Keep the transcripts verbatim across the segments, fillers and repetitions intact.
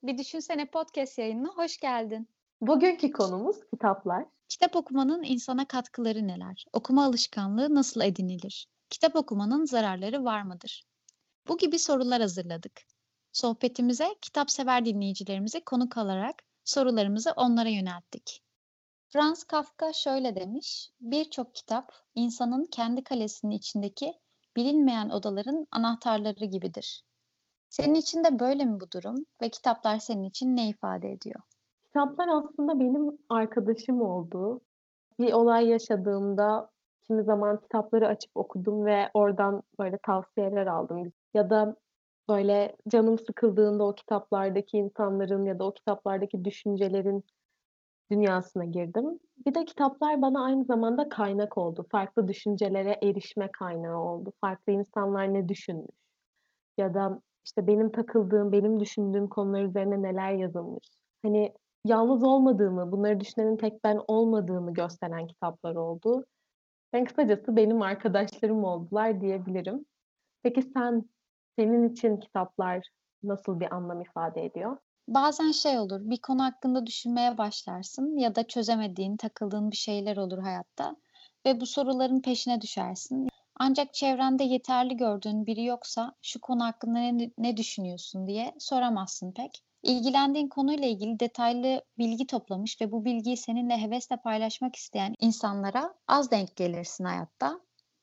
Bir Düşünsene podcast yayınına hoş geldin. Bugünkü konumuz kitaplar. Kitap okumanın insana katkıları neler? Okuma alışkanlığı nasıl edinilir? Kitap okumanın zararları var mıdır? Bu gibi sorular hazırladık. Sohbetimize kitapsever dinleyicilerimizi konuk alarak sorularımızı onlara yönelttik. Franz Kafka şöyle demiş: "Birçok kitap insanın kendi kalesinin içindeki bilinmeyen odaların anahtarları gibidir." Senin için de böyle mi bu durum ve kitaplar senin için ne ifade ediyor? Kitaplar aslında benim arkadaşım oldu. Bir olay yaşadığımda kimi zaman kitapları açıp okudum ve oradan böyle tavsiyeler aldım. Ya da böyle canım sıkıldığında o kitaplardaki insanların ya da o kitaplardaki düşüncelerin dünyasına girdim. Bir de kitaplar bana aynı zamanda kaynak oldu. Farklı düşüncelere erişme kaynağı oldu. Farklı insanlar ne düşünmüş ya da, işte, benim takıldığım, benim düşündüğüm konular üzerine neler yazılmış. Hani, yalnız olmadığımı, bunları düşünenin tek ben olmadığımı gösteren kitaplar oldu. Yani, kısacası benim arkadaşlarım oldular diyebilirim. Peki sen, senin için kitaplar nasıl bir anlam ifade ediyor? Bazen şey olur, bir konu hakkında düşünmeye başlarsın ya da çözemediğin, takıldığın bir şeyler olur hayatta ve bu soruların peşine düşersin. Ancak çevrende yeterli gördüğün biri yoksa "Şu konu hakkında ne ne düşünüyorsun?" diye soramazsın pek. İlgilendiğin konuyla ilgili detaylı bilgi toplamış ve bu bilgiyi seninle hevesle paylaşmak isteyen insanlara az denk gelirsin hayatta.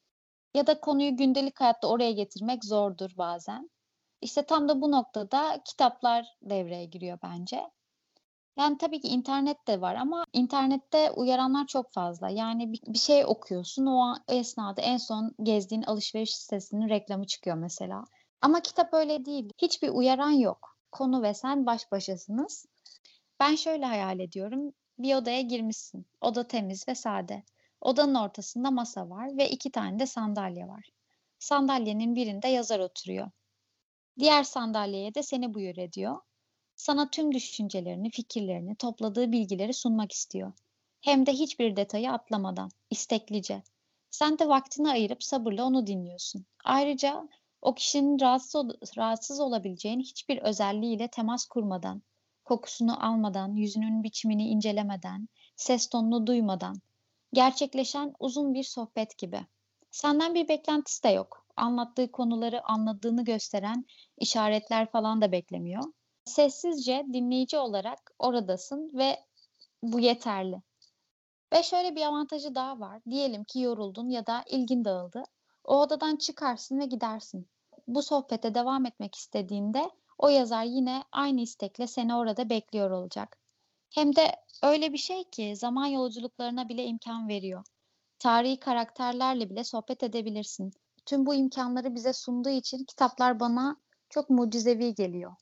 Ya da konuyu gündelik hayatta oraya getirmek zordur bazen. İşte tam da bu noktada kitaplar devreye giriyor bence. Yani tabii ki internet de var ama internette uyaranlar çok fazla. Yani bir bir şey okuyorsun, o an esnada en son gezdiğin alışveriş sitesinin reklamı çıkıyor mesela. Ama kitap öyle değil. Hiçbir uyaran yok. Konu ve sen baş başasınız. Ben şöyle hayal ediyorum. Bir odaya girmişsin. Oda temiz ve sade. Odanın ortasında masa var ve iki tane de sandalye var. Sandalyenin birinde yazar oturuyor. Diğer sandalyeye de seni buyur ediyor. Sana tüm düşüncelerini, fikirlerini, topladığı bilgileri sunmak istiyor. Hem de hiçbir detayı atlamadan, isteklice. Sen de vaktini ayırıp sabırla onu dinliyorsun. Ayrıca o kişinin rahatsız, ol- rahatsız olabileceğin hiçbir özelliğiyle temas kurmadan, kokusunu almadan, yüzünün biçimini incelemeden, ses tonunu duymadan gerçekleşen uzun bir sohbet gibi. Senden bir beklentisi de yok. Anlattığı konuları anladığını gösteren işaretler falan da beklemiyor. Sessizce dinleyici olarak oradasın ve bu yeterli. Ve şöyle bir avantajı daha var. Diyelim ki yoruldun ya da ilgin dağıldı. O odadan çıkarsın ve gidersin. Bu sohbete devam etmek istediğinde o yazar yine aynı istekle seni orada bekliyor olacak. Hem de öyle bir şey ki zaman yolculuklarına bile imkan veriyor. Tarihi karakterlerle bile sohbet edebilirsin. Tüm bu imkanları bize sunduğu için kitaplar bana çok mucizevi geliyor.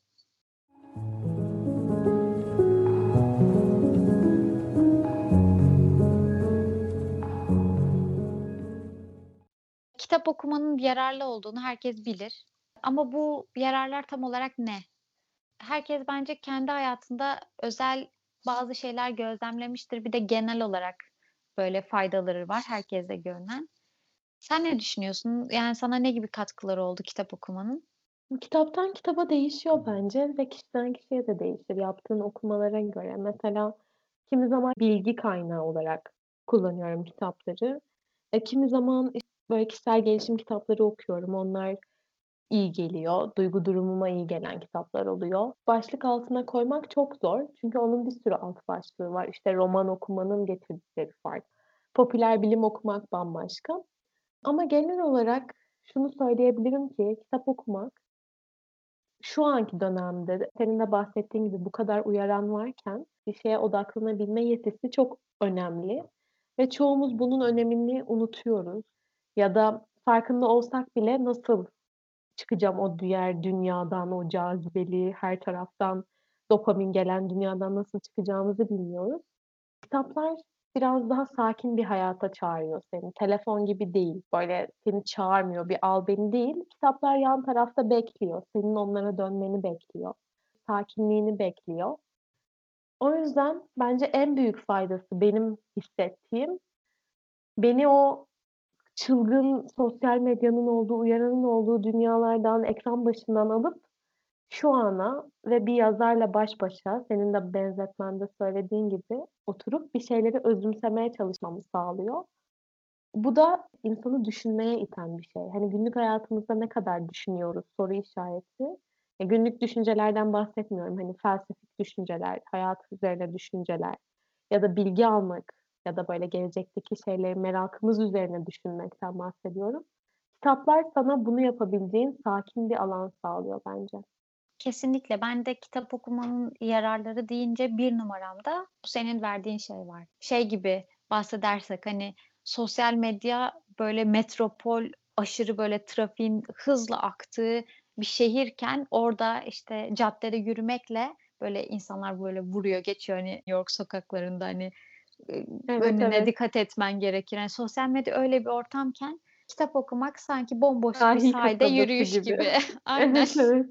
Kitap okumanın yararlı olduğunu herkes bilir ama bu yararlar tam olarak ne? Herkes bence kendi hayatında özel bazı şeyler gözlemlemiştir. Bir de genel olarak böyle faydaları var herkeste görünen. Sen ne düşünüyorsun? Yani sana ne gibi katkıları oldu kitap okumanın? Kitaptan kitaba değişiyor bence ve kişiden kişiye de değişir yaptığın okumalara göre. Mesela kimi zaman bilgi kaynağı olarak kullanıyorum kitapları. E, kimi zaman, işte, böyle kişisel gelişim kitapları okuyorum. Onlar iyi geliyor. Duygu durumuma iyi gelen kitaplar oluyor. Başlık altına koymak çok zor. Çünkü onun bir sürü alt başlığı var. İşte roman okumanın getirdikleri fark. Popüler bilim okumak bambaşka. Ama genel olarak şunu söyleyebilirim ki kitap okumak şu anki dönemde senin de bahsettiğin gibi bu kadar uyaran varken bir şeye odaklanabilme yetisi çok önemli ve çoğumuz bunun önemini unutuyoruz ya da farkında olsak bile nasıl çıkacağım o diğer dünyadan, o cazibeli, her taraftan dopamin gelen dünyadan nasıl çıkacağımızı bilmiyoruz. Kitaplar biraz daha sakin bir hayata çağırıyor seni. Telefon gibi değil, böyle seni çağırmıyor, bir al beni değil. Kitaplar yan tarafta bekliyor. Senin onlara dönmeni bekliyor. Sakinliğini bekliyor. O yüzden bence en büyük faydası benim hissettiğim, beni o çılgın sosyal medyanın olduğu, uyaranın olduğu dünyalardan, ekran başından alıp şu ana ve bir yazarla baş başa, senin de benzetmende söylediğin gibi, oturup bir şeyleri özümsemeye çalışmamı sağlıyor. Bu da insanı düşünmeye iten bir şey. Hani, günlük hayatımızda ne kadar düşünüyoruz soru işareti. Ya, günlük düşüncelerden bahsetmiyorum. Hani, felsefik düşünceler, hayat üzerine düşünceler ya da bilgi almak ya da böyle gelecekteki şeyleri merakımız üzerine düşünmekten bahsediyorum. Kitaplar sana bunu yapabileceğin sakin bir alan sağlıyor bence. Kesinlikle. Ben de kitap okumanın yararları deyince bir numaramda bu senin verdiğin şey var. Şey gibi bahsedersek, hani, sosyal medya böyle metropol, aşırı böyle trafiğin hızla aktığı bir şehirken orada, işte, caddede yürümekle böyle insanlar böyle vuruyor, geçiyor, hani, New York sokaklarında, hani, eee, Evet, önüne evet. dikkat etmen gerekir. Hani, sosyal medya öyle bir ortamken kitap okumak sanki bomboş bir Sahil sahilde kasabası yürüyüş gibi. gibi. Aynen. Evet, evet.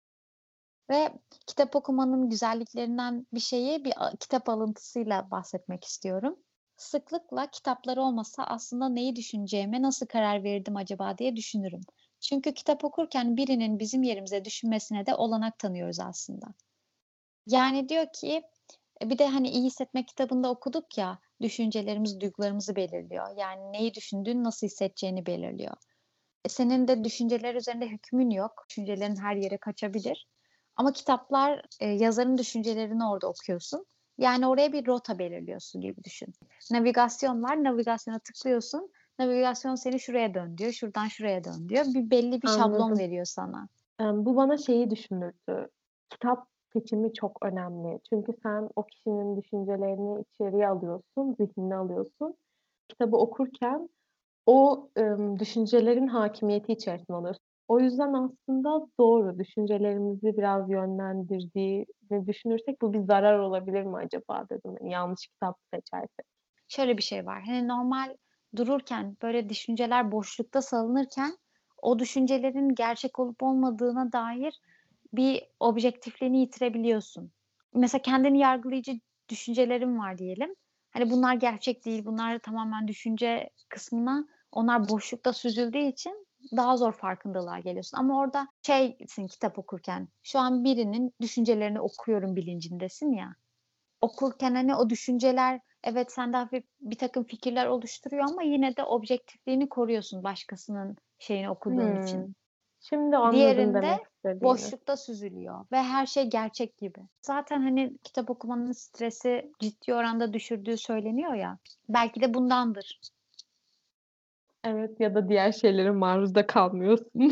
Ve kitap okumanın güzelliklerinden bir şeyi bir a kitap alıntısıyla bahsetmek istiyorum. Sıklıkla kitaplar olmasa aslında neyi düşüneceğime nasıl karar verirdim acaba diye düşünürüm. Çünkü kitap okurken birinin bizim yerimize düşünmesine de olanak tanıyoruz aslında. Yani diyor ki, e, bir de, hani, İyi Hissetmek kitabında okuduk ya, düşüncelerimiz duygularımızı belirliyor. Yani neyi düşündüğün nasıl hissedeceğini belirliyor. E, senin de düşünceler üzerinde hükmün yok. Düşüncelerin her yere kaçabilir. Ama kitaplar, eee, yazarın düşüncelerini orada okuyorsun. Yani oraya bir rota belirliyorsun gibi düşün. Navigasyon var, navigasyona tıklıyorsun. Navigasyon seni şuraya dön diyor, şuradan şuraya dön diyor. Bir belli bir şablon Anladım. veriyor sana. Emm, bu bana şeyi düşündürdü. Kitap seçimi çok önemli. Çünkü sen o kişinin düşüncelerini içeriye alıyorsun, zihnine alıyorsun. Kitabı okurken o, ımm, düşüncelerin hakimiyeti içerisinde oluyorsun. O yüzden aslında doğru, düşüncelerimizi biraz yönlendirdiğini düşünürsek bu bir zarar olabilir mi acaba dedim, hani, yanlış kitap seçersek. Şöyle bir şey var, hani, normal dururken, böyle düşünceler boşlukta salınırken o düşüncelerin gerçek olup olmadığına dair bir objektifliğini yitirebiliyorsun. Mesela kendini yargılayıcı düşüncelerin var diyelim. Hani, bunlar gerçek değil, bunlar tamamen düşünce kısmına onlar boşlukta süzüldüğü için daha zor farkındalığa geliyorsun ama orada şeysin kitap okurken, şu an birinin düşüncelerini okuyorum bilincindesin ya. Okurken, hani, o düşünceler evet sende hafif birtakım fikirler oluşturuyor ama yine de objektifliğini koruyorsun başkasının şeyini okuduğun için. Hımm. Şimdi anladım Diğerinde demek istediğini. boşlukta süzülüyor ve her şey gerçek gibi. Zaten, hani, kitap okumanın stresi ciddi oranda düşürdüğü söyleniyor ya, belki de bundandır. Evet ya da diğer şeylere maruz da kalmıyorsun.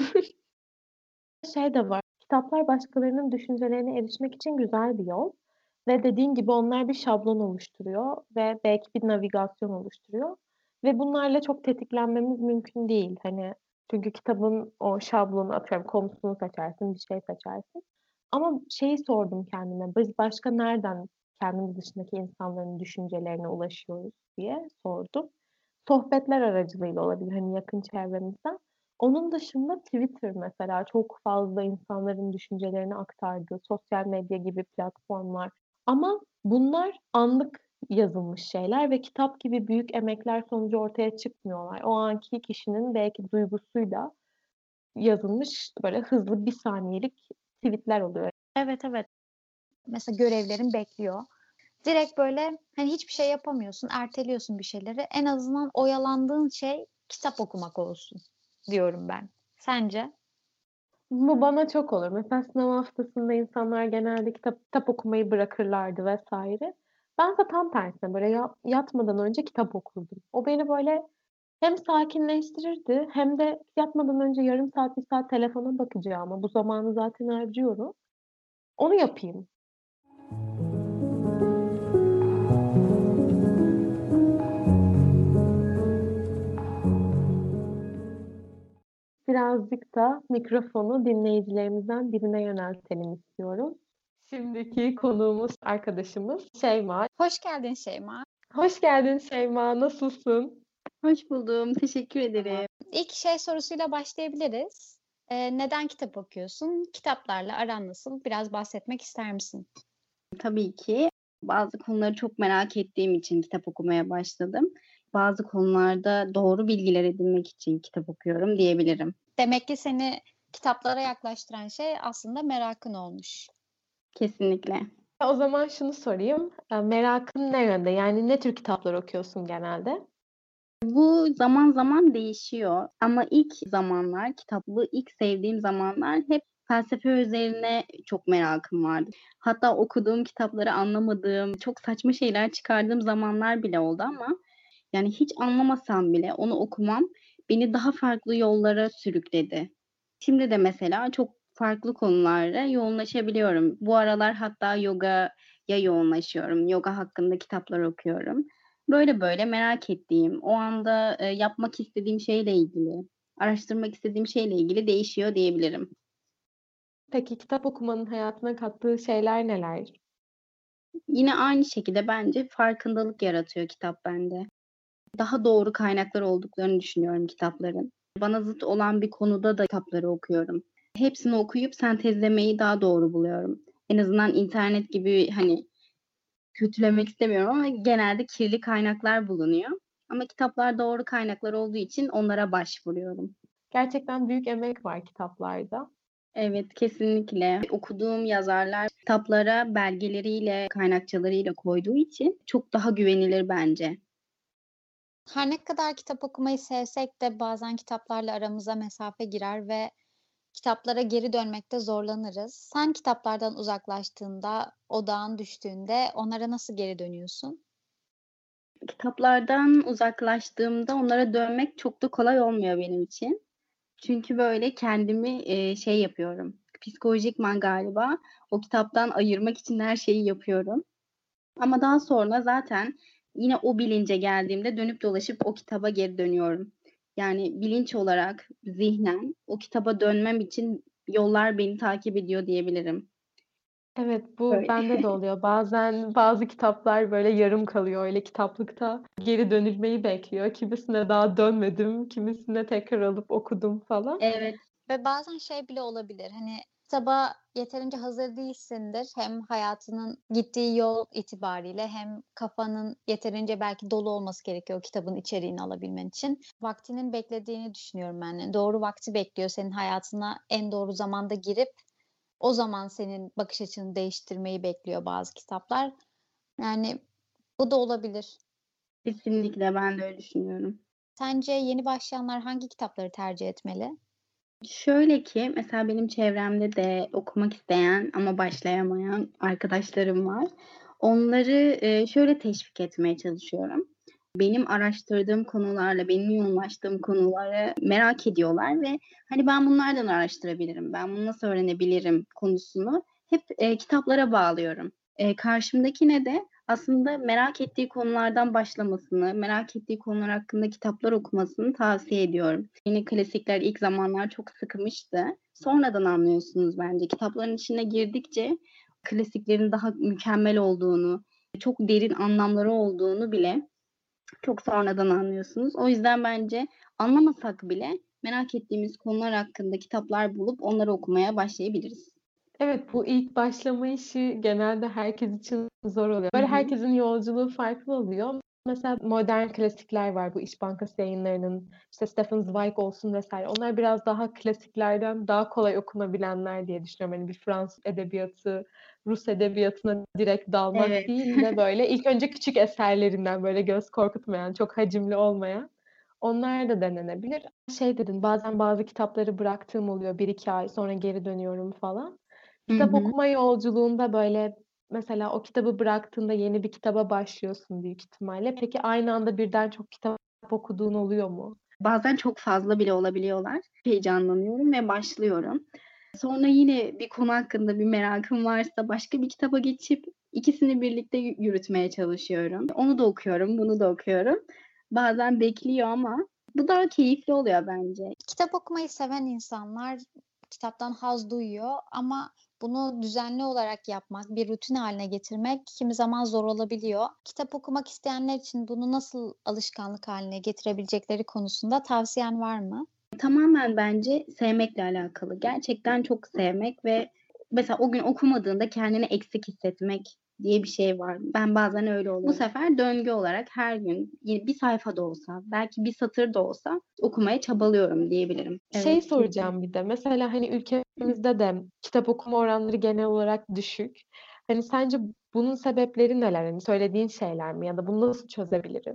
Şey de var, kitaplar başkalarının düşüncelerine erişmek için güzel bir yol ve dediğin gibi onlar bir şablon oluşturuyor ve belki bir navigasyon oluşturuyor ve bunlarla çok tetiklenmemiz mümkün değil. Hani, çünkü kitabın o şablonu, atıyorum konusunu seçersin, bir şey seçersin ama şeyi sordum kendime, biz başka nereden kendimiz dışındaki insanların düşüncelerine ulaşıyoruz diye sordum. Sohbetler aracılığıyla olabilir, hani, yakın çevremizden. Onun dışında Twitter mesela çok fazla insanların düşüncelerini aktardığı sosyal medya gibi platformlar ama bunlar anlık yazılmış şeyler ve kitap gibi büyük emekler sonucu ortaya çıkmıyorlar. O anki kişinin belki duygusuyla yazılmış böyle hızlı bir saniyelik tweet'ler oluyor. Evet, evet. Mesela görevlerin bekliyor. Direkt böyle, hani, hiçbir şey yapamıyorsun, erteliyorsun bir şeyleri. En azından oyalandığın şey kitap okumak olsun diyorum ben. Sence? Bu bana çok olur. Mesela sınav haftasında insanlar genelde kitap kitap okumayı bırakırlardı vesaire. Bense tam tersine böyle ya yatmadan önce kitap okurdum. O beni böyle hem sakinleştirirdi hem de yatmadan önce yarım saat, bir saat telefona bakacağıma bu zamanı zaten harcıyorum. Onu yapayım. Birazcık da mikrofonu dinleyicilerimizden birine yöneltelim istiyorum. Şimdiki konuğumuz, arkadaşımız Şeyma. Hoş geldin Şeyma. Hoş geldin Şeyma, nasılsın? Hoş buldum, teşekkür Tamam. ederim. İlk şey sorusuyla başlayabiliriz. Eee, neden kitap okuyorsun? Kitaplarla aran nasıl? Biraz bahsetmek ister misin? Tabii ki bazı konuları çok merak ettiğim için kitap okumaya başladım. Bazı konularda doğru bilgiler edinmek için kitap okuyorum diyebilirim. Demek ki seni Kitaplara yaklaştıran şey aslında merakın olmuş. Kesinlikle. O zaman şunu sorayım. Eee, merakın ne yönde? Yani ne tür kitaplar okuyorsun genelde? Bu zaman zaman değişiyor ama ilk zamanlar, kitabı ilk sevdiğim zamanlar hep felsefe üzerine çok merakım vardı. Hatta okuduğum kitapları anlamadığım, çok saçma şeyler çıkardığım zamanlar bile oldu ama yani hiç anlamasam bile onu okumam beni daha farklı yollara sürükledi. Şimdi de mesela çok farklı konulara yoğunlaşabiliyorum. Bu aralar hatta yogaya yoğunlaşıyorum. Yoga hakkında kitaplar okuyorum. Böyle böyle merak ettiğim, o anda, eee, yapmak istediğim şeyle ilgili, araştırmak istediğim şeyle ilgili değişiyor diyebilirim. Peki kitap okumanın hayatına kattığı şeyler neler? Yine aynı şekilde bence farkındalık yaratıyor kitap bende. Daha doğru kaynaklar olduklarını düşünüyorum kitapların. Bana zıt olan bir konuda da kitapları okuyorum. Hepsini okuyup sentezlemeyi daha doğru buluyorum. En azından internet gibi, hani, kötülemek istemiyorum ama genelde kirli kaynaklar bulunuyor. Ama kitaplar doğru kaynaklar olduğu için onlara başvuruyorum. Gerçekten büyük emek var kitaplarda. Evet, kesinlikle. Okuduğum yazarlar kitaplara belgeleriyle, kaynakçalarıyla koyduğu için çok daha güvenilir bence. Her ne kadar kitap okumayı sevsek de bazen kitaplarla aramıza mesafe girer ve kitaplara geri dönmekte zorlanırız. Sen kitaplardan uzaklaştığında, odağın düştüğünde onlara nasıl geri dönüyorsun? Kitaplardan uzaklaştığımda onlara dönmek çok da kolay olmuyor benim için. Çünkü böyle kendimi, eee, şey yapıyorum, psikolojikman galiba o kitaptan ayırmak için her şeyi yapıyorum. Ama daha sonra zaten yine o bilince geldiğimde dönüp dolaşıp o kitaba geri dönüyorum. Yani bilinç olarak, zihnen o kitaba dönmem için yollar beni takip ediyor diyebilirim. Evet, bu Böyle. bende de oluyor. Bazen bazı kitaplar böyle yarım kalıyor öyle kitaplıkta. Geri dönülmeyi bekliyor. Kimisine daha dönmedim, kimisine tekrar alıp okudum falan. Evet, Ve bazen şey bile olabilir, hani, kitaba yeterince hazır değilsindir. Hem hayatının gittiği yol itibariyle hem kafanın yeterince belki dolu olması gerekiyor o kitabın içeriğini alabilmen için. Vaktinin beklediğini düşünüyorum ben. Yani doğru vakti bekliyor senin hayatına en doğru zamanda girip o zaman senin bakış açını değiştirmeyi bekliyor bazı kitaplar. Yani bu da olabilir. kesinlikle ben de öyle düşünüyorum. Sence yeni başlayanlar hangi kitapları tercih etmeli? Şöyle ki, mesela benim çevremde de okumak isteyen ama başlayamayan arkadaşlarım var. Onları, eee, şöyle teşvik etmeye çalışıyorum. Benim araştırdığım konularla, benim yoğunlaştığım konuları merak ediyorlar ve, hani, ben bunlardan araştırabilirim, ben bunu nasıl öğrenebilirim konusunu hep, eee, kitaplara bağlıyorum. Eee, karşımdakine de aslında merak ettiği konulardan başlamasını, merak ettiği konular hakkında kitaplar okumasını tavsiye ediyorum. Yine klasikler ilk zamanlar çok sıkmıştı. Sonradan anlıyorsunuz bence. Kitapların içine girdikçe klasiklerin daha mükemmel olduğunu, çok derin anlamları olduğunu bile çok sonradan anlıyorsunuz. O yüzden bence anlamasak bile merak ettiğimiz konular hakkında kitaplar bulup onları okumaya başlayabiliriz. Evet, bu ilk başlama işi genelde herkes için zor oluyor. Hı Böyle hı. herkesin yolculuğu farklı oluyor. Mesela modern klasikler var bu İş Bankası Yayınları'nın, işte Stefan Zweig olsun vesaire. Onlar biraz daha klasiklerden daha kolay okunabilenler diye düşünüyorum. Hani bir Fransız edebiyatı, Rus edebiyatına direkt dalmak Evet. değil de böyle ilk önce küçük eserlerinden böyle göz korkutmayan, çok hacimli olmayan onlar da denenebilir. Şey dedin, bazen bazı kitapları bıraktığım oluyor bir iki ay sonra geri dönüyorum falan. Hı Kitap hı. okuma yolculuğunda, böyle, mesela o kitabı bıraktığında yeni bir kitaba başlıyorsun büyük ihtimalle. Peki aynı anda birden çok kitap okuduğun oluyor mu? Bazen çok fazla bile olabiliyorlar. Heyecanlanıyorum ve başlıyorum. Sonra yine bir konu hakkında bir merakım varsa başka bir kitaba geçip ikisini birlikte yü yürütmeye çalışıyorum. Onu da okuyorum, bunu da okuyorum. Bazen bekliyor ama bu daha keyifli oluyor bence. Kitap okumayı seven insanlar kitaptan haz duyuyor ama bunu düzenli olarak yapmak, bir rutin haline getirmek kimi zaman zor olabiliyor. Kitap okumak isteyenler için bunu nasıl alışkanlık haline getirebilecekleri konusunda tavsiyen var mı? Tamamen bence sevmekle alakalı. Gerçekten çok sevmek ve mesela o gün okumadığında kendini eksik hissetmek diye bir şey var. Ben bazen öyle oluyorum. Bu sefer döngü olarak her gün y bir sayfa da olsa, belki bir satır da olsa okumaya çabalıyorum diyebilirim. Şey Evet, kesin. soracağım bir de. Mesela, hani, ülkemizde de kitap okuma oranları genel olarak düşük. Hani, sence bunun sebepleri neler? Hani, söylediğin şeyler mi ya da bunu nasıl çözebiliriz?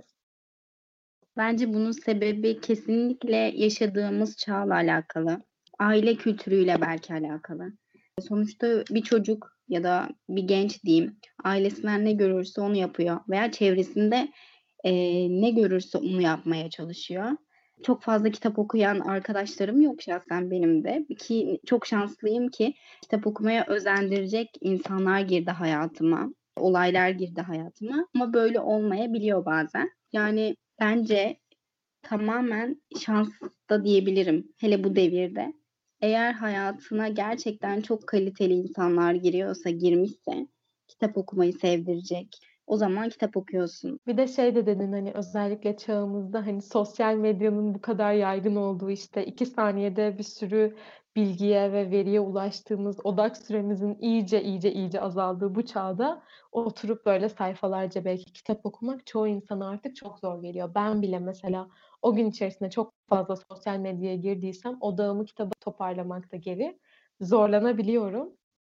Bence bunun sebebi kesinlikle yaşadığımız çağla alakalı. Aile kültürüyle belki alakalı. Sonuçta bir çocuk ya da bir genç diyeyim, ailesinden ne görürse onu yapıyor veya çevresinde, eee, ne görürse onu yapmaya çalışıyor. Çok fazla kitap okuyan arkadaşlarım yok şahsen benim de ki çok şanslıyım ki kitap okumaya özendirecek insanlar girdi hayatıma, olaylar girdi hayatıma ama böyle olmayabiliyor bazen. Yani bence tamamen şans da diyebilirim hele bu devirde. Eğer hayatına gerçekten çok kaliteli insanlar giriyorsa, girmişse kitap okumayı sevdirecek. O zaman kitap okuyorsun. Bir de şey de dedin, hani, özellikle çağımızda, hani, sosyal medyanın bu kadar yaygın olduğu, işte, iki saniyede bir sürü bilgiye ve veriye ulaştığımız, odak süremizin iyice, iyice, iyice azaldığı bu çağda oturup böyle sayfalarca belki kitap okumak çoğu insana artık çok zor geliyor. Ben bile mesela o gün içerisinde çok fazla sosyal medyaya girdiysem odağımı kitaba toparlamakta geri zorlanabiliyorum.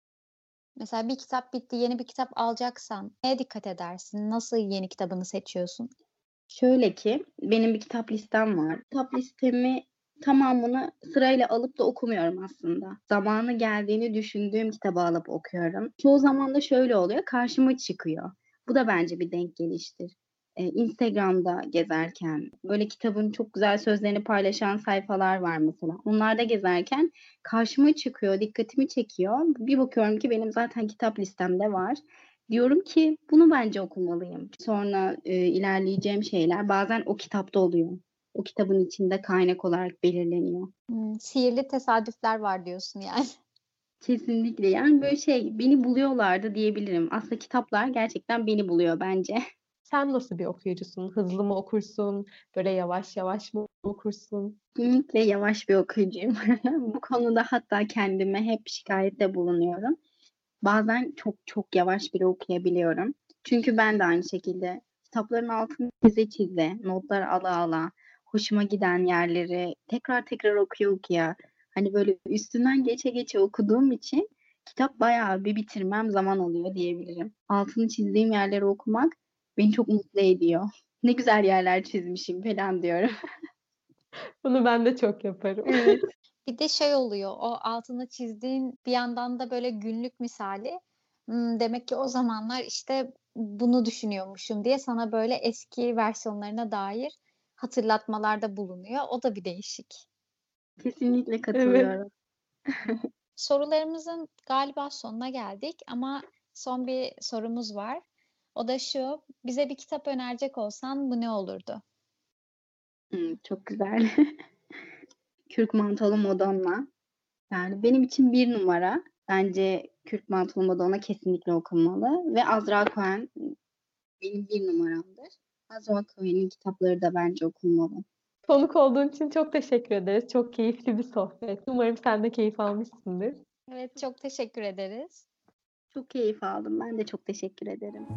Mesela bir kitap bitti, yeni bir kitap alacaksan neye dikkat edersin? Nasıl yeni kitabını seçiyorsun? Şöyle ki, benim bir kitap listem var. Kitap listemi tamamını sırayla alıp da okumuyorum aslında. Zamanı geldiğini düşündüğüm kitabı alıp okuyorum. Çoğu zaman da şöyle oluyor, karşıma çıkıyor. Bu da bence bir denk geliştir. Eee, Instagram'da gezerken, böyle kitabın çok güzel sözlerini paylaşan sayfalar var mesela. Onlarda gezerken karşıma çıkıyor, dikkatimi çekiyor. Bir bakıyorum ki benim zaten kitap listemde var. Diyorum ki bunu bence okumalıyım. Sonra, eee, ilerleyeceğim şeyler bazen o kitapta oluyor. O kitabın içinde kaynak olarak belirleniyor. Hımm, sihirli tesadüfler var diyorsun yani. Kesinlikle. Yani, böyle, şey, beni buluyorlardı diyebilirim. Aslında kitaplar gerçekten beni buluyor bence. Sen nasıl bir okuyucusun? Hızlı mı okursun? Böyle yavaş yavaş mı okursun? Kesinlikle yavaş bir okuyucuyum. Bu konuda hatta kendime hep şikâyette bulunuyorum. Bazen çok çok yavaş bile okuyabiliyorum. Çünkü ben de aynı şekilde kitapların altını çize çize, notlar ala ala, hoşuma giden yerleri tekrar tekrar okuya okuya, hani, böyle üstünden geçe geçe okuduğum için kitap bayağı bir bitirmem zaman alıyor diyebilirim. Altını çizdiğim yerleri okumak beni çok mutlu ediyor. "Ne güzel yerler çizmişim." falan diyorum. Bunu ben de çok yaparım. Evet. Bir de şey oluyor, o altını çizdiğin bir yandan da böyle günlük misali, ımm, demek ki o zamanlar, işte, bunu düşünüyormuşum diye sana böyle eski versiyonlarına dair hatırlatmalarda bulunuyor. O da bir değişik. Kesinlikle Evet. katılıyorum. Sorularımızın galiba sonuna geldik ama son bir sorumuz var. O da şu: Bize bir kitap önerecek olsan bu ne olurdu? Hımm, çok güzel. Kürk Mantolu Madonna. Yani benim için bir numara. Bence Kürk Mantolu Madonna kesinlikle okunmalı ve Azra Cohen benim bir numaramdır. Azra Cohen'in kitapları da bence okunmalı. Konuk olduğun için çok teşekkür ederiz. Çok keyifli bir sohbet. Umarım sen de keyif almışsındır. Evet, çok teşekkür ederiz. Çok keyif aldım. Ben de çok teşekkür ederim.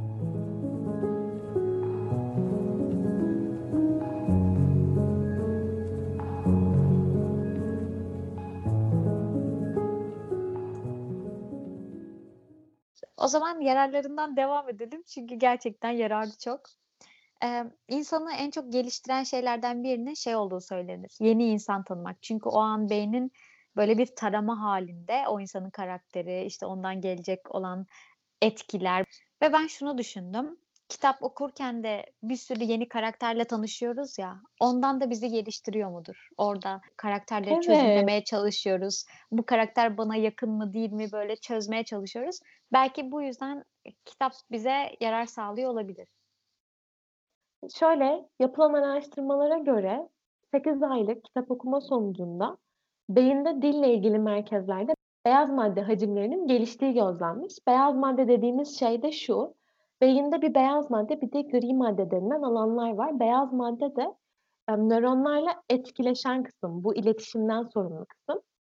O zaman yararlarından devam edelim çünkü gerçekten yararı çok. Emm, insanı en çok geliştiren şeylerden birinin şey olduğu söylenir, yeni insan tanımak. Çünkü o an beynin böyle bir tarama hâlinde o insanın karakteri, işte, ondan gelecek olan etkiler ve ben şunu düşündüm, kitap okurken de bir sürü yeni karakterle tanışıyoruz ya, ondan da bizi geliştiriyor mudur? Orada karakterleri Evet. çözümlemeye çalışıyoruz. Bu karakter bana yakın mı değil mi, böyle çözmeye çalışıyoruz. Belki bu yüzden, eee, kitap bize yarar sağlıyor olabilir. Şöyle, yapılan araştırmalara göre sekiz aylık kitap okuma sonucunda beyinde dille ilgili merkezlerde beyaz madde hacimlerinin geliştiği gözlenmiş. Beyaz madde dediğimiz şey de şu, beyinde bir beyaz madde bir de gri madde denilen alanlar var. Beyaz madde de, emm, nöronlarla etkileşen kısım, bu iletişimden sorumlu kısım.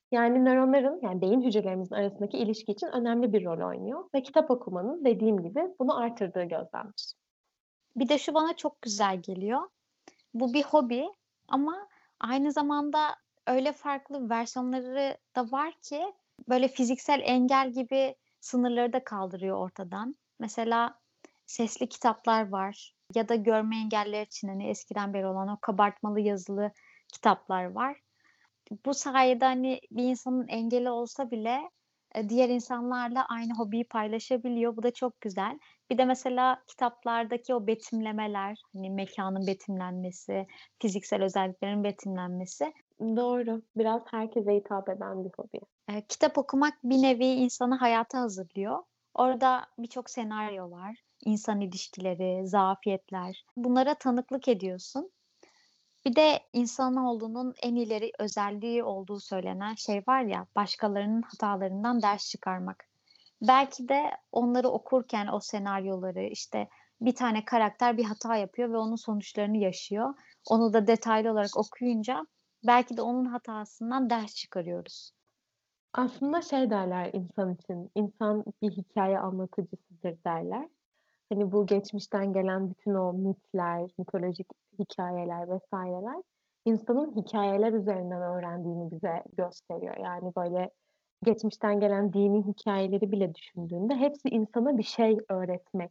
Yani nöronların, yani beyin hücrelerimizin arasındaki ilişki için önemli bir rol oynuyor ve kitap okumanın dediğim gibi bunu artırdığı gözlenmiş. Bir de şu bana çok güzel geliyor. Bu bir hobi ama aynı zamanda öyle farklı versiyonları da var ki böyle fiziksel engel gibi sınırları da kaldırıyor ortadan. Mesela sesli kitaplar var ya da görme engelliler için hani eskiden beri olan o kabartmalı yazılı kitaplar var. Bu sayede hani bir insanın engeli olsa bile e, diğer insanlarla aynı hobiyi paylaşabiliyor. Bu da çok güzel. Bir de mesela kitaplardaki o betimlemeler, hani mekanın betimlenmesi, fiziksel özelliklerin betimlenmesi. Doğru. Biraz herkese hitap eden bir hobi. E, kitap okumak bir nevi insanı hayata hazırlıyor. Orada birçok senaryo var. İnsan ilişkileri, zafiyetler. Bunlara tanıklık ediyorsun. Bir de insanoğlunun en ileri özelliği olduğu söylenen şey var ya, başkalarının hatalarından ders çıkarmak. Belki de onları okurken o senaryoları işte bir tane karakter bir hata yapıyor ve onun sonuçlarını yaşıyor. Onu da detaylı olarak okuyunca belki de onun hatasından ders çıkarıyoruz. Aslında şey derler insan için, insan bir hikaye anlatıcısıdır derler. Hani bu geçmişten gelen bütün o mitler, mitolojik hikayeler vesaireler insanın hikayeler üzerinden öğrendiğini bize gösteriyor. Yani böyle geçmişten gelen dini hikayeleri bile düşündüğünde hepsi insana bir şey öğretmek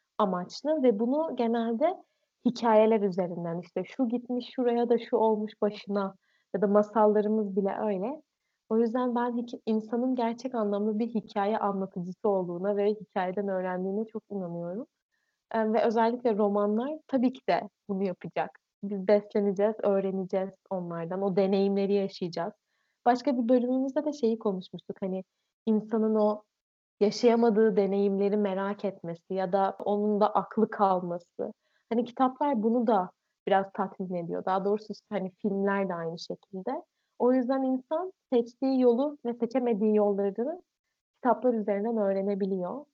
amaçlı ve bunu genelde hikayeler üzerinden işte şu gitmiş şuraya da şu olmuş başına ya da masallarımız bile öyle. O yüzden ben hik- insanın gerçek anlamda bir hikaye anlatıcısı olduğuna ve hikayeden öğrendiğine çok inanıyorum. Eee, ve özellikle romanlar tabii ki de bunu yapacak. Biz besleneceğiz, öğreneceğiz onlardan, o deneyimleri yaşayacağız. Başka bir bölümümüzde de şeyi konuşmuştuk, hani, insanın o yaşayamadığı deneyimleri merak etmesi ya da onun da aklı kalması. Hani, kitaplar bunu da biraz tatmin ediyor. Daha doğrusu hani, filmler de aynı şekilde. O yüzden insan seçtiği yolu ve seçemediği yolları kitaplar üzerinden öğrenebiliyor.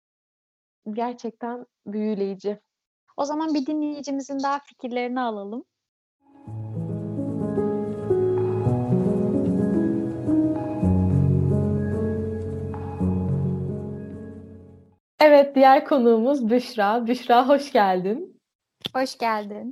Gerçekten büyüleyici. O zaman bir dinleyicimizin daha fikirlerini alalım. Evet, diğer konuğumuz Büşra. Büşra hoş geldin. Hoş geldin.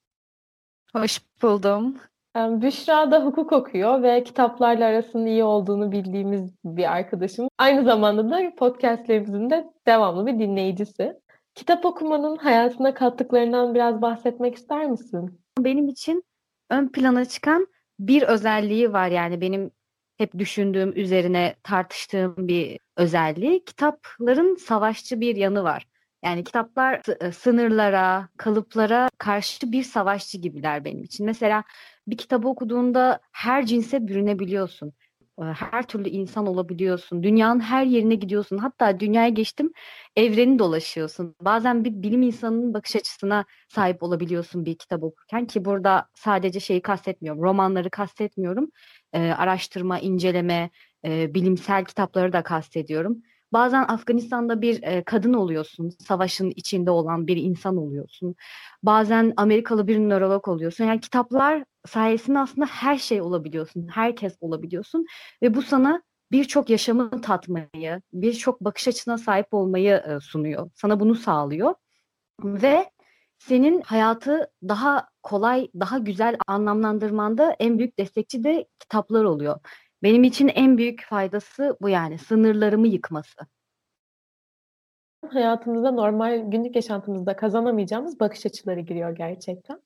Hoş buldum. Em, Büşra da hukuk okuyor ve kitaplarla arasının iyi olduğunu bildiğimiz bir arkadaşım. Aynı zamanda da podcastlerimizin de devamlı bir dinleyicisi. Kitap okumanın hayatına kattıklarından biraz bahsetmek ister misin? Benim için ön plana çıkan bir özelliği var, yani benim hep düşündüğüm, üzerine tartıştığım bir özelliği. Kitapların savaşçı bir yanı var. Yani kitaplar sı- sınırlara, kalıplara karşı bir savaşçı gibiler benim için. Mesela bir kitabı okuduğunda her cinse bürünebiliyorsun. Ee, Her türlü insan olabiliyorsun. Dünyanın her yerine gidiyorsun. Hatta dünyaya geçtim, evreni dolaşıyorsun. Bazen bir bilim insanının bakış açısına sahip olabiliyorsun bir kitap okurken, ki burada sadece şeyi kastetmiyorum, romanları kastetmiyorum. Ee, araştırma, inceleme, e, bilimsel kitapları da kastediyorum. Bazen Afganistan'da bir e, kadın oluyorsun, savaşın içinde olan bir insan oluyorsun. Bazen Amerikalı bir nörolog oluyorsun. Yani kitaplar sayesinde aslında her şey olabiliyorsun, herkes olabiliyorsun ve bu sana birçok yaşamı tatmayı, birçok bakış açısına sahip olmayı e, sunuyor. Sana bunu sağlıyor ve senin hayatı daha kolay, daha güzel anlamlandırmanda en büyük destekçi de kitaplar oluyor. Benim için en büyük faydası bu, yani sınırlarımı yıkması. Hayatımızda normal günlük yaşantımızda kazanamayacağımız bakış açıları giriyor gerçekten.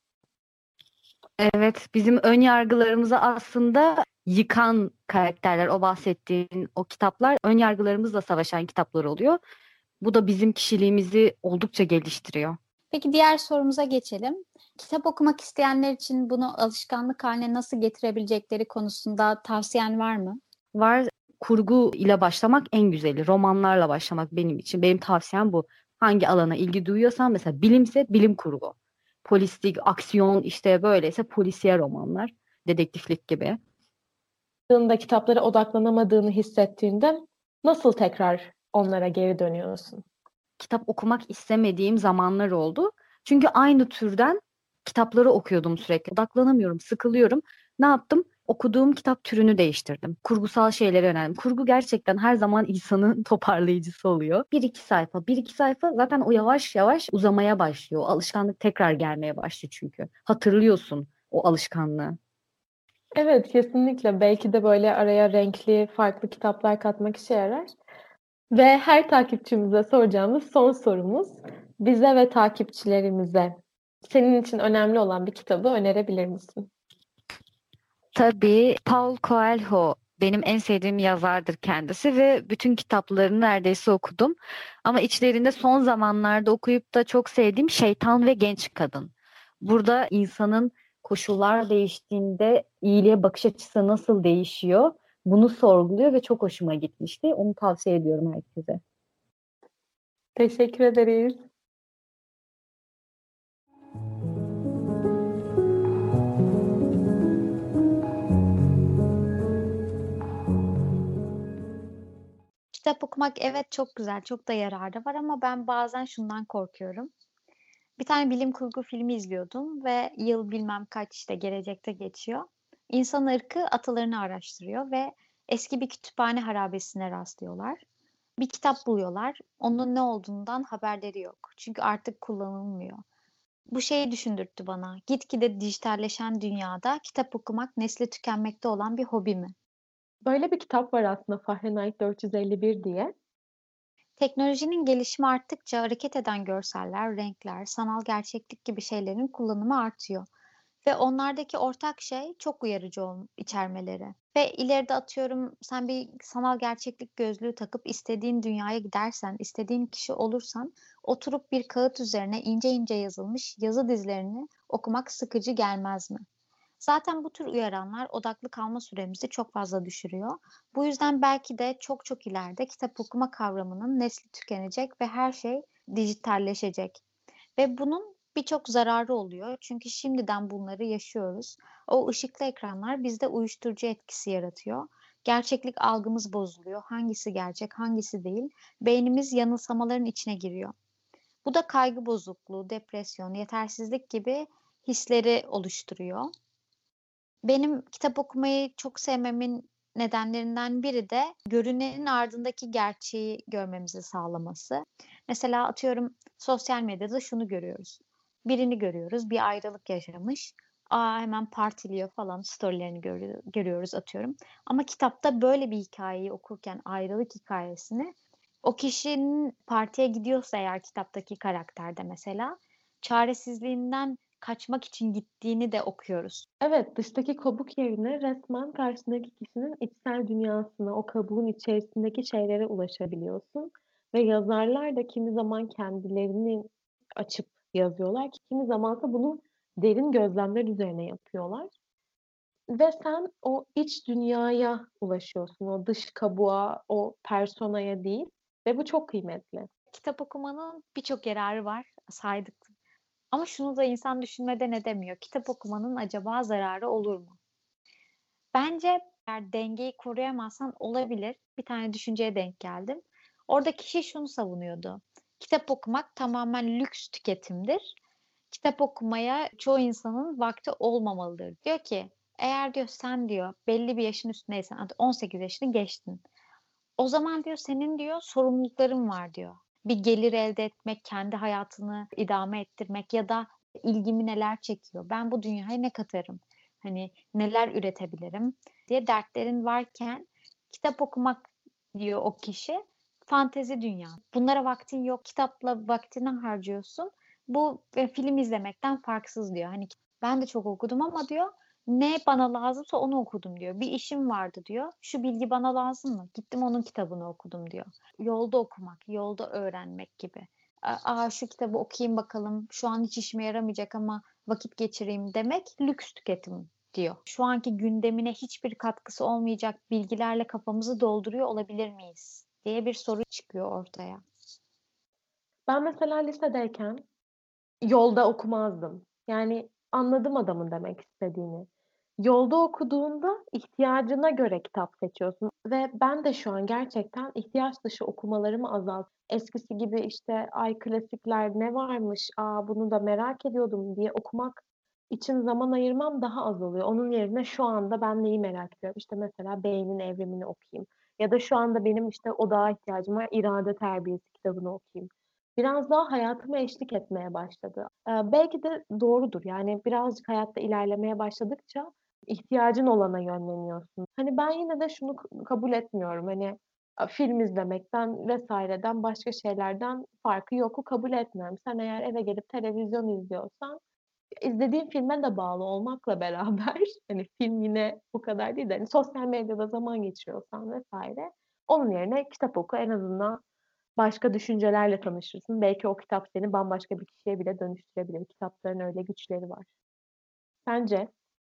Evet, bizim ön yargılarımızı aslında yıkan karakterler, o bahsettiğin o kitaplar ön yargılarımızla savaşan kitaplar oluyor. Bu da bizim kişiliğimizi oldukça geliştiriyor. Peki diğer sorumuza geçelim. Kitap okumak isteyenler için bunu alışkanlık haline nasıl getirebilecekleri konusunda tavsiyen var mı? Var, kurgu ile başlamak en güzeli. Romanlarla başlamak benim için. Benim tavsiyem bu. Hangi alana ilgi duyuyorsan, mesela bilimse bilim kurgu. Polislik, aksiyon, işte böyleyse polisiye romanlar. Dedektiflik gibi. Da kitaplara odaklanamadığını hissettiğinde nasıl tekrar onlara geri dönüyorsun? Kitap okumak istemediğim zamanlar oldu. Çünkü aynı türden kitapları okuyordum sürekli. Odaklanamıyorum, sıkılıyorum. Ne yaptım? okuduğum kitap türünü değiştirdim. Kurgusal şeylere yöneldim. Kurgu gerçekten her zaman insanın toparlayıcısı oluyor. Bir iki sayfa, bir iki sayfa zaten o yavaş yavaş uzamaya başlıyor. O alışkanlık tekrar gelmeye başlıyor çünkü. Hatırlıyorsun o alışkanlığı. Evet, kesinlikle. Belki de böyle araya renkli, farklı kitaplar katmak işe yarar. Ve her takipçimize soracağımız son sorumuz, bize ve takipçilerimize senin için önemli olan bir kitabı önerebilir misin? Tabii Paulo Coelho benim en sevdiğim yazardır kendisi ve bütün kitaplarını neredeyse okudum. Ama içlerinde son zamanlarda okuyup da çok sevdiğim Şeytan ve Genç Kadın. Burada insanın koşullar değiştiğinde iyiliğe bakış açısı nasıl değişiyor, bunu sorguluyor ve çok hoşuma gitmişti. Onu tavsiye ediyorum herkese. Teşekkür ederiz. Kitap okumak evet çok güzel, çok da yararı var ama ben bazen şundan korkuyorum. Bir tane bilim kurgu filmi izliyordum ve yıl bilmem kaç işte gelecekte geçiyor. İnsan ırkı atalarını araştırıyor ve eski bir kütüphane harabesine rastlıyorlar. Bir kitap buluyorlar. Onun ne olduğundan haberleri yok. Çünkü artık kullanılmıyor. Bu şeyi düşündürttü bana. Gitgide dijitalleşen dünyada kitap okumak nesli tükenmekte olan bir hobi mi? Böyle bir kitap var aslında, Fahrenheit dört yüz elli bir diye. Teknolojinin gelişimi arttıkça hareket eden görseller, renkler, sanal gerçeklik gibi şeylerin kullanımı artıyor. Ve onlardaki ortak şey çok uyarıcı ol- içermeleri. Ve ileride atıyorum sen bir sanal gerçeklik gözlüğü takıp istediğin dünyaya gidersen, istediğin kişi olursan oturup bir kağıt üzerine ince ince yazılmış yazı dizilerini okumak sıkıcı gelmez mi? Zaten bu tür uyaranlar odaklı kalma süremizi çok fazla düşürüyor. Bu yüzden belki de çok çok ileride kitap okuma kavramının nesli tükenecek ve her şey dijitalleşecek. Ve bunun birçok zararı oluyor. Çünkü şimdiden bunları yaşıyoruz. O ışıklı ekranlar bizde uyuşturucu etkisi yaratıyor. Gerçeklik algımız bozuluyor. Hangisi gerçek, hangisi değil? Beynimiz yanılsamaların içine giriyor. Bu da kaygı bozukluğu, depresyon, yetersizlik gibi hisleri oluşturuyor. Benim kitap okumayı çok sevmemin nedenlerinden biri de görünenin ardındaki gerçeği görmemizi sağlaması. Mesela atıyorum sosyal medyada şunu görüyoruz. Birini görüyoruz, bir ayrılık yaşamış. Aa, hemen partiliyor falan storylerini görüyor- görüyoruz atıyorum. Ama kitapta böyle bir hikayeyi okurken ayrılık hikayesini o kişinin partiye gidiyorsa eğer kitaptaki karakterde mesela çaresizliğinden kaçmak için gittiğini de okuyoruz. Evet, dıştaki kabuk yerine resmen karşısındaki kişinin içsel dünyasına, o kabuğun içerisindeki şeylere ulaşabiliyorsun. Ve yazarlar da kimi zaman kendilerini açıp yazıyorlar ki kimi zamansa bunu derin gözlemler üzerine yapıyorlar. Ve sen o iç dünyaya ulaşıyorsun, o dış kabuğa, o personaya değil. Ve bu çok kıymetli. Kitap okumanın birçok yararı var saydık. Ama şunu da insan düşünmeden edemiyor. Kitap okumanın acaba zararı olur mu? Bence eğer dengeyi koruyamazsan olabilir. Bir tane düşünceye denk geldim. Orada kişi şunu savunuyordu. Kitap okumak tamamen lüks tüketimdir. Kitap okumaya çoğu insanın vakti olmamalıdır. Diyor ki eğer diyor sen diyor belli bir yaşın üstündeysen on sekiz yaşını geçtin. O zaman diyor senin diyor sorumlulukların var diyor. Bir gelir elde etmek, kendi hayatını idame ettirmek ya da ilgimi neler çekiyor? Ben bu dünyaya ne katarım? Hani neler üretebilirim diye dertlerin varken kitap okumak diyor o kişi fantezi dünya. Bunlara vaktin yok. Kitapla vaktini harcıyorsun. Bu e, film izlemekten farksız diyor. Hani ben de çok okudum ama diyor ne bana lazımsa onu okudum diyor. Bir işim vardı diyor. Şu bilgi bana lazım mı? Gittim onun kitabını okudum diyor. Yolda okumak, yolda öğrenmek gibi. Aa şu kitabı okuyayım bakalım. Şu an hiç işime yaramayacak ama vakit geçireyim demek lüks tüketim diyor. Şu anki gündemine hiçbir katkısı olmayacak bilgilerle kafamızı dolduruyor olabilir miyiz diye bir soru çıkıyor ortaya. Ben mesela lisedeyken yolda okumazdım. Yani anladım adamın demek istediğini. Yolda okuduğunda ihtiyacına göre kitap seçiyorsun ve ben de şu an gerçekten ihtiyaç dışı okumalarımı azalt. Eskisi gibi işte ay klasikler ne varmış, aa bunu da merak ediyordum diye okumak için zaman ayırmam daha az oluyor. Onun yerine şu anda ben neyi merak ediyorum? İşte mesela Beynin Evrimini okuyayım. Ya da şu anda benim işte odağa ihtiyacım var. İrade Terbiyesi kitabını okuyayım. Biraz daha hayatıma eşlik etmeye başladı. Ee, belki de doğrudur. Yani birazcık hayatta ilerlemeye başladıkça ihtiyacın olana yönleniyorsun. Hani ben yine de şunu k- kabul etmiyorum. Hani e, film izlemekten vesaireden başka şeylerden farkı yoku kabul etmiyorum. Sen eğer eve gelip televizyon izliyorsan izlediğin filme de bağlı olmakla beraber hani film yine bu kadar değil de hani sosyal medyada zaman geçiriyorsan vesaire onun yerine kitap oku, en azından başka düşüncelerle tanışırsın. Belki o kitap seni bambaşka bir kişiye bile dönüştürebilir. Kitapların öyle güçleri var. Sence?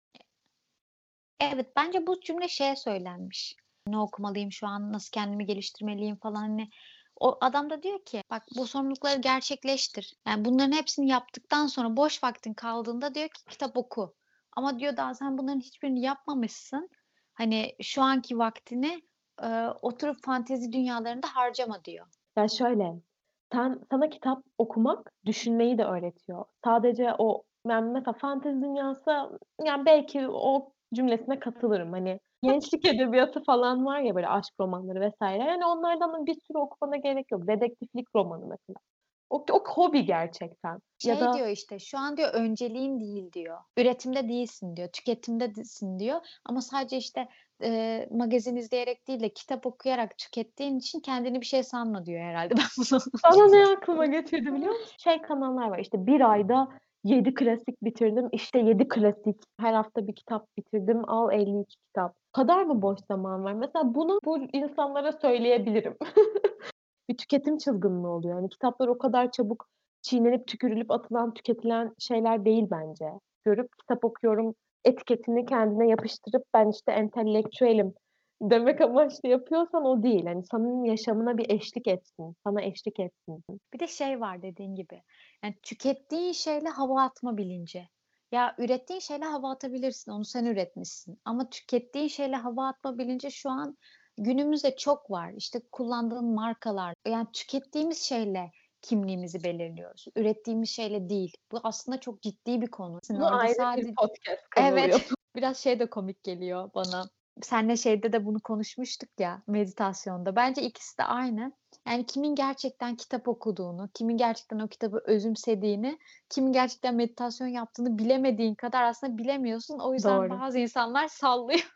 Evet, bence bu cümle şeye söylenmiş. Ne okumalıyım şu an, nasıl kendimi geliştirmeliyim falan hani. O adam da diyor ki bak bu sorumlulukları gerçekleştir. Yani bunların hepsini yaptıktan sonra boş vaktin kaldığında diyor ki kitap oku. Ama diyor daha sen bunların hiçbirini yapmamışsın. Hani şu anki vaktini e, oturup fantezi dünyalarında harcama diyor. Ya şöyle, sen, sana kitap okumak düşünmeyi de öğretiyor. Sadece o, yani mesela fantezi dünyası, yani belki o cümlesine katılırım. Hani gençlik edebiyatı falan var ya, böyle aşk romanları vesaire. Yani onlardan bir sürü okumana gerek yok. Dedektiflik romanı mesela. O, o hobi gerçekten. Ya Şey da diyor işte şu an diyor önceliğin değil diyor. Üretimde değilsin diyor. Tüketimde değilsin diyor. Ama sadece işte e, magazin izleyerek değil de kitap okuyarak tükettiğin için kendini bir şey sanma diyor herhalde. Ben bunu bana ne aklıma getirdi biliyor musun? Şey kanallar var işte, bir ayda yedi klasik bitirdim. İşte yedi klasik. Her hafta bir kitap bitirdim. Al elli iki kitap. O kadar mı boş zaman var? Mesela bunu bu insanlara söyleyebilirim. Bir tüketim çılgınlığı oluyor. Yani kitaplar o kadar çabuk çiğnenip tükürülüp atılan, tüketilen şeyler değil bence. Görüp kitap okuyorum etiketini kendine yapıştırıp ben işte entelektüelim demek amaçlı yapıyorsan o değil. Yani senin yaşamına bir eşlik etsin, sana eşlik etsin. bir de şey var dediğin gibi. Yani tükettiğin şeyle hava atma bilinci. Ya ürettiğin şeyle hava atabilirsin. Onu sen üretmişsin. Ama tükettiğin şeyle hava atma bilinci şu an günümüzde çok var. İşte kullandığın markalar. Yani tükettiğimiz şeyle kimliğimizi belirliyoruz. Ürettiğimiz şeyle değil. Bu aslında çok ciddi bir konu. Bunu Orada ayrı bir sadece podcast konusu evet yapalım. biraz şey de komik geliyor bana. Seninle şeyde de bunu konuşmuştuk ya meditasyonda. Bence ikisi de aynı. Yani kimin gerçekten kitap okuduğunu, kimin gerçekten o kitabı özümsediğini, kimin gerçekten meditasyon yaptığını bilemediğin kadar aslında bilemiyorsun. O yüzden Doğru. bazı insanlar sallıyor.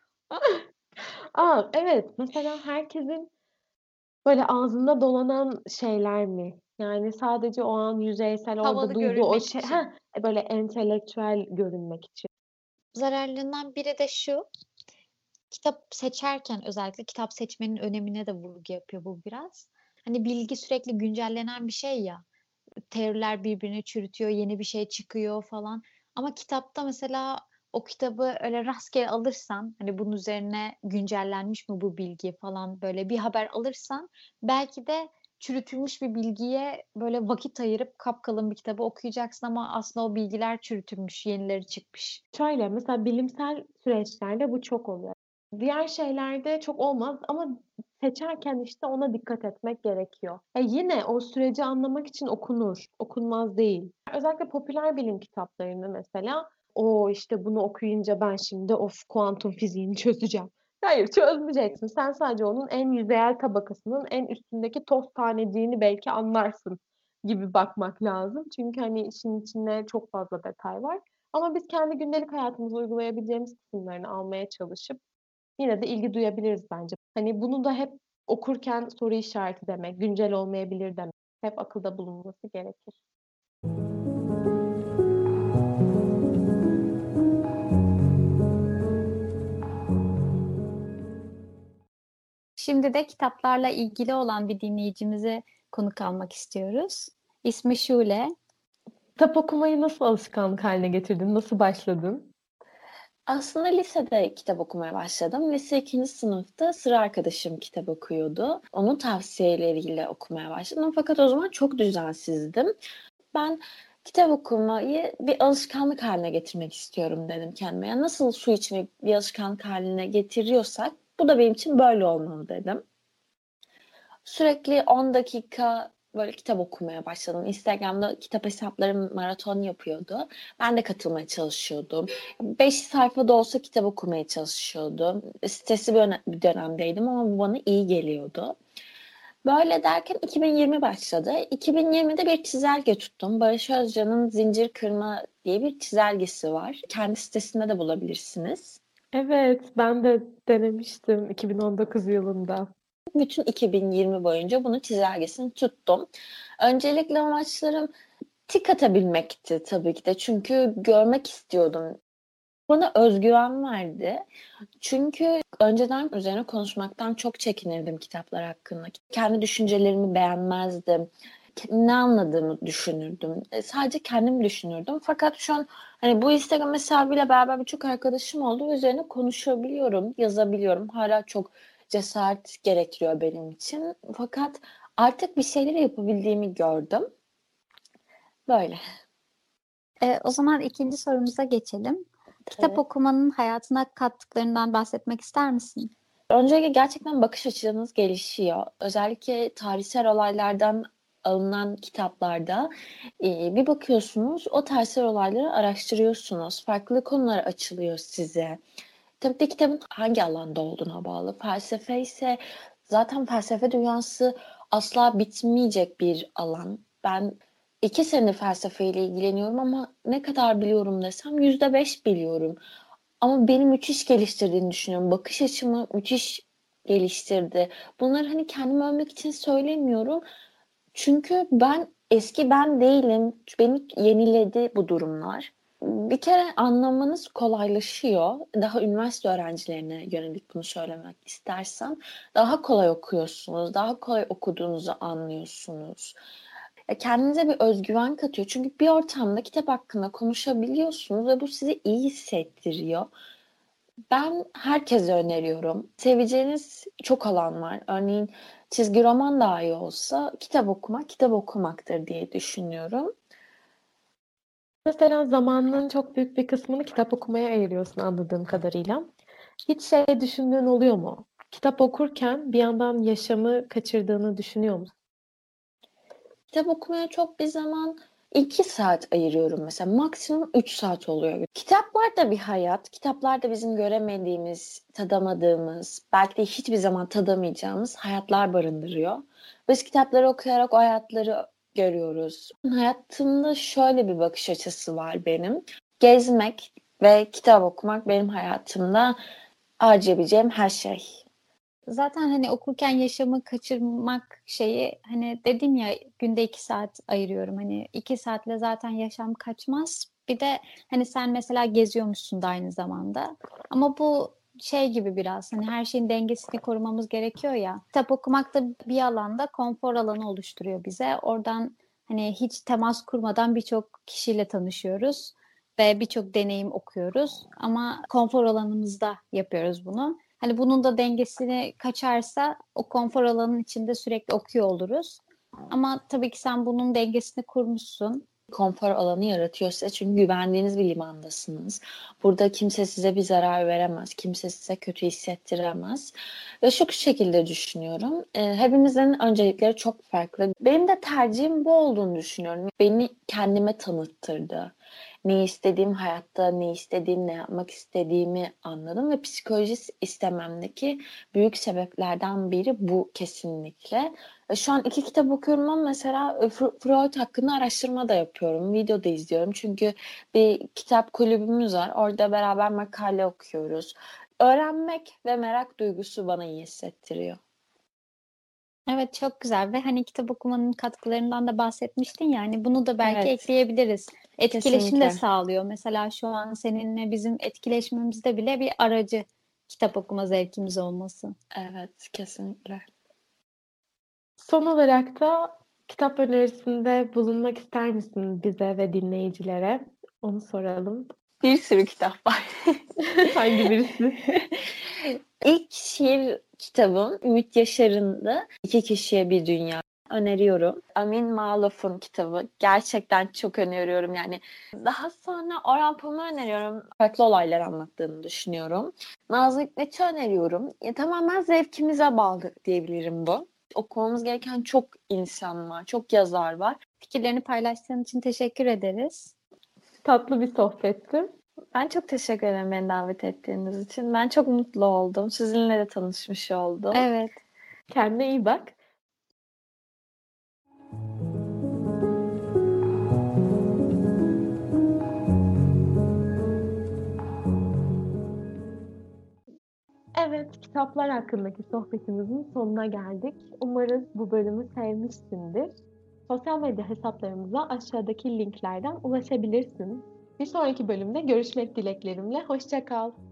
Aa, evet. Mesela herkesin böyle ağzında dolanan şeyler mi? Yani sadece o an yüzeysel Havalı orada duyduğu o görünmek şey, için. heh, böyle entelektüel görünmek için. Zararlarından biri de şu. Kitap seçerken özellikle kitap seçmenin önemine de vurgu yapıyor bu biraz. Hani bilgi sürekli güncellenen bir şey ya. Teoriler birbirini çürütüyor, yeni bir şey çıkıyor falan. Ama kitapta mesela o kitabı öyle rastgele alırsan, hani bunun üzerine güncellenmiş mi bu bilgi falan böyle bir haber alırsan belki de çürütülmüş bir bilgiye böyle vakit ayırıp kapkalın bir kitabı okuyacaksın ama aslında o bilgiler çürütülmüş, yenileri çıkmış. Şöyle mesela bilimsel süreçlerde bu çok oluyor. Diğer şeylerde çok olmaz ama seçerken işte ona dikkat etmek gerekiyor. E yine o süreci anlamak için okunur, okunmaz değil. Özellikle popüler bilim kitaplarını mesela, o işte bunu okuyunca ben şimdi of kuantum fiziğini çözeceğim. Hayır, çözmeyeceksin. Sen sadece onun en yüzeyel tabakasının en üstündeki toz taneciğini belki anlarsın gibi bakmak lazım. Çünkü hani işin içinde çok fazla detay var. Ama biz kendi gündelik hayatımızda uygulayabileceğimiz kısımlarını almaya çalışıp yine de ilgi duyabiliriz bence. Hani bunu da hep okurken soru işareti demek, güncel olmayabilir demek. Hep akılda bulunması gerekir. Şimdi de kitaplarla ilgili olan bir dinleyicimize konuk almak istiyoruz. İsmi Şule. Kitap okumayı nasıl alışkanlık haline getirdin? Nasıl başladın? Aslında lisede kitap okumaya başladım. Lise ikinci sınıfta sıra arkadaşım kitap okuyordu. Onun tavsiyeleriyle okumaya başladım. Fakat o zaman çok düzensizdim. Ben kitap okumayı bir alışkanlık haline getirmek istiyorum dedim kendime. Yani nasıl su içmeyi bir alışkanlık haline getiriyorsak bu da benim için böyle olmalı dedim. Sürekli on dakika böyle kitap okumaya başladım. Instagram'da kitap hesaplarım maraton yapıyordu. Ben de katılmaya çalışıyordum. Beş sayfada olsa kitap okumaya çalışıyordum. Stresli bir, öne- bir dönemdeydim ama bu bana iyi geliyordu. Böyle derken iki bin yirmi başladı. iki bin yirmide bir çizelge tuttum. Barış Özcan'ın Zincir Kırma diye bir çizelgesi var. Kendi sitesinde de bulabilirsiniz. Evet, ben de denemiştim iki bin on dokuz yılında. Bütün iki bin yirmi boyunca bunu çizelgesini tuttum. Öncelikle amaçlarım tik atabilmekti tabii ki de. Çünkü görmek istiyordum. Bana özgüven verdi. Çünkü önceden üzerine konuşmaktan çok çekinirdim kitaplar hakkında. Kendi düşüncelerimi beğenmezdim. Ne anladığımı düşünürdüm. E, Sadece kendim düşünürdüm. Fakat şu an hani bu Instagram hesabıyla beraber birçok arkadaşım oldu ve üzerine konuşabiliyorum, yazabiliyorum. Hala çok cesaret gerektiriyor benim için. Fakat artık bir şeyleri yapabildiğimi gördüm. Böyle. E, o zaman ikinci sorumuza geçelim. Kitap Evet. okumanın hayatına kattıklarından bahsetmek ister misin? Öncelikle gerçekten bakış açınız gelişiyor. Özellikle tarihsel olaylardan alınan kitaplarda e, bir bakıyorsunuz, o tarihsel olayları araştırıyorsunuz. Farklı konular açılıyor size. Tabii de kitabın hangi alanda olduğuna bağlı. Felsefe ise zaten felsefe dünyası asla bitmeyecek bir alan. Ben iki sene felsefeyle ilgileniyorum ama ne kadar biliyorum desem yüzde beş biliyorum. Ama beni müthiş geliştirdiğini düşünüyorum. Bakış açımı müthiş geliştirdi. Bunları hani kendimi övmek için söylemiyorum. Çünkü ben eski ben değilim. Beni yeniledi bu durumlar. Bir kere anlamanız kolaylaşıyor. Daha üniversite öğrencilerine yönelik bunu söylemek istersem. Daha kolay okuyorsunuz. Daha kolay okuduğunuzu anlıyorsunuz. Ya kendinize bir özgüven katıyor. Çünkü bir ortamda kitap hakkında konuşabiliyorsunuz ve bu sizi iyi hissettiriyor. Ben herkese öneriyorum. Seveceğiniz çok alan var. Örneğin çizgi roman dahi olsa kitap okumak kitap okumaktır diye düşünüyorum. Mesela zamanının çok büyük bir kısmını kitap okumaya ayırıyorsun anladığım kadarıyla. Hiç şey düşündüğün oluyor mu? Kitap okurken bir yandan yaşamı kaçırdığını düşünüyor musun? Kitap okumaya çok bir zaman iki saat ayırıyorum mesela. Maksimum üç saat oluyor. Kitaplar da bir hayat. Kitaplar da bizim göremediğimiz, tadamadığımız, belki de hiçbir zaman tadamayacağımız hayatlar barındırıyor. Biz kitapları okuyarak o hayatları görüyoruz. Hayatımda şöyle bir bakış açısı var benim. Gezmek ve kitap okumak benim hayatımda harcayabileceğim her şey. Zaten hani okurken yaşamı kaçırmak şeyi hani dedin ya günde iki saat ayırıyorum. Hani iki saatle zaten yaşam kaçmaz. Bir de hani sen mesela geziyormuşsun da aynı zamanda. Ama bu şey gibi biraz hani her şeyin dengesini korumamız gerekiyor ya. Kitap okumak da bir alanda konfor alanı oluşturuyor bize. Oradan hani hiç temas kurmadan birçok kişiyle tanışıyoruz ve birçok deneyim okuyoruz. Ama konfor alanımızda yapıyoruz bunu. Hani bunun da dengesini kaçarsa o konfor alanının içinde sürekli okuyor oluruz. Ama tabii ki sen bunun dengesini kurmuşsun. Konfor alanı yaratıyor size. Çünkü güvendiğiniz bir limandasınız. Burada kimse size bir zarar veremez. Kimse size kötü hissettiremez. Ve şu şekilde düşünüyorum. E, hepimizin öncelikleri çok farklı. Benim de tercihim bu olduğunu düşünüyorum. Beni kendime tanıttırdı. Ne istediğim hayatta, ne istediğim, ne yapmak istediğimi anladım ve psikoloji istememdeki büyük sebeplerden biri bu kesinlikle. Şu an iki kitap okuyorum ama mesela Freud hakkında araştırma da yapıyorum. Video da izliyorum. Çünkü bir kitap kulübümüz var. Orada beraber makale okuyoruz. Öğrenmek ve merak duygusu bana iyi hissettiriyor. Evet çok güzel ve hani kitap okumanın katkılarından da bahsetmiştin ya hani bunu da belki Evet, ekleyebiliriz. Etkileşim de kesinlikle. sağlıyor. Mesela şu an seninle bizim etkileşimimizde bile bir aracı kitap okuma zevkimiz olması. Evet, kesinlikle. Son olarak da kitap önerisinde bulunmak ister misin bize ve dinleyicilere? Onu soralım. Bir sürü kitap var. Hangi birisi? İlk şiir kitabım Ümit Yaşar'ın da İki Kişiye Bir Dünya öneriyorum. Amin Maluf'un kitabı gerçekten çok öneriyorum. Yani daha sonra Orhan Pamuk'u öneriyorum. Farklı olaylar anlattığını düşünüyorum. Nazım Hikmet'i öneriyorum. Ya, tamamen zevkimize bağlı diyebilirim bu. Okumamız gereken çok insan var, çok yazar var. Fikirlerini paylaştığın için teşekkür ederiz. Tatlı bir sohbetti. Ben çok teşekkür ederim beni davet ettiğiniz için. Ben çok mutlu oldum. Sizinle de tanışmış oldum. Evet. Kendine iyi bak. Evet, kitaplar hakkındaki sohbetimizin sonuna geldik. Umarız bu bölümü sevmişsindir. Sosyal medya hesaplarımıza aşağıdaki linklerden ulaşabilirsin. Bir sonraki bölümde görüşmek dileklerimle. Hoşça kal.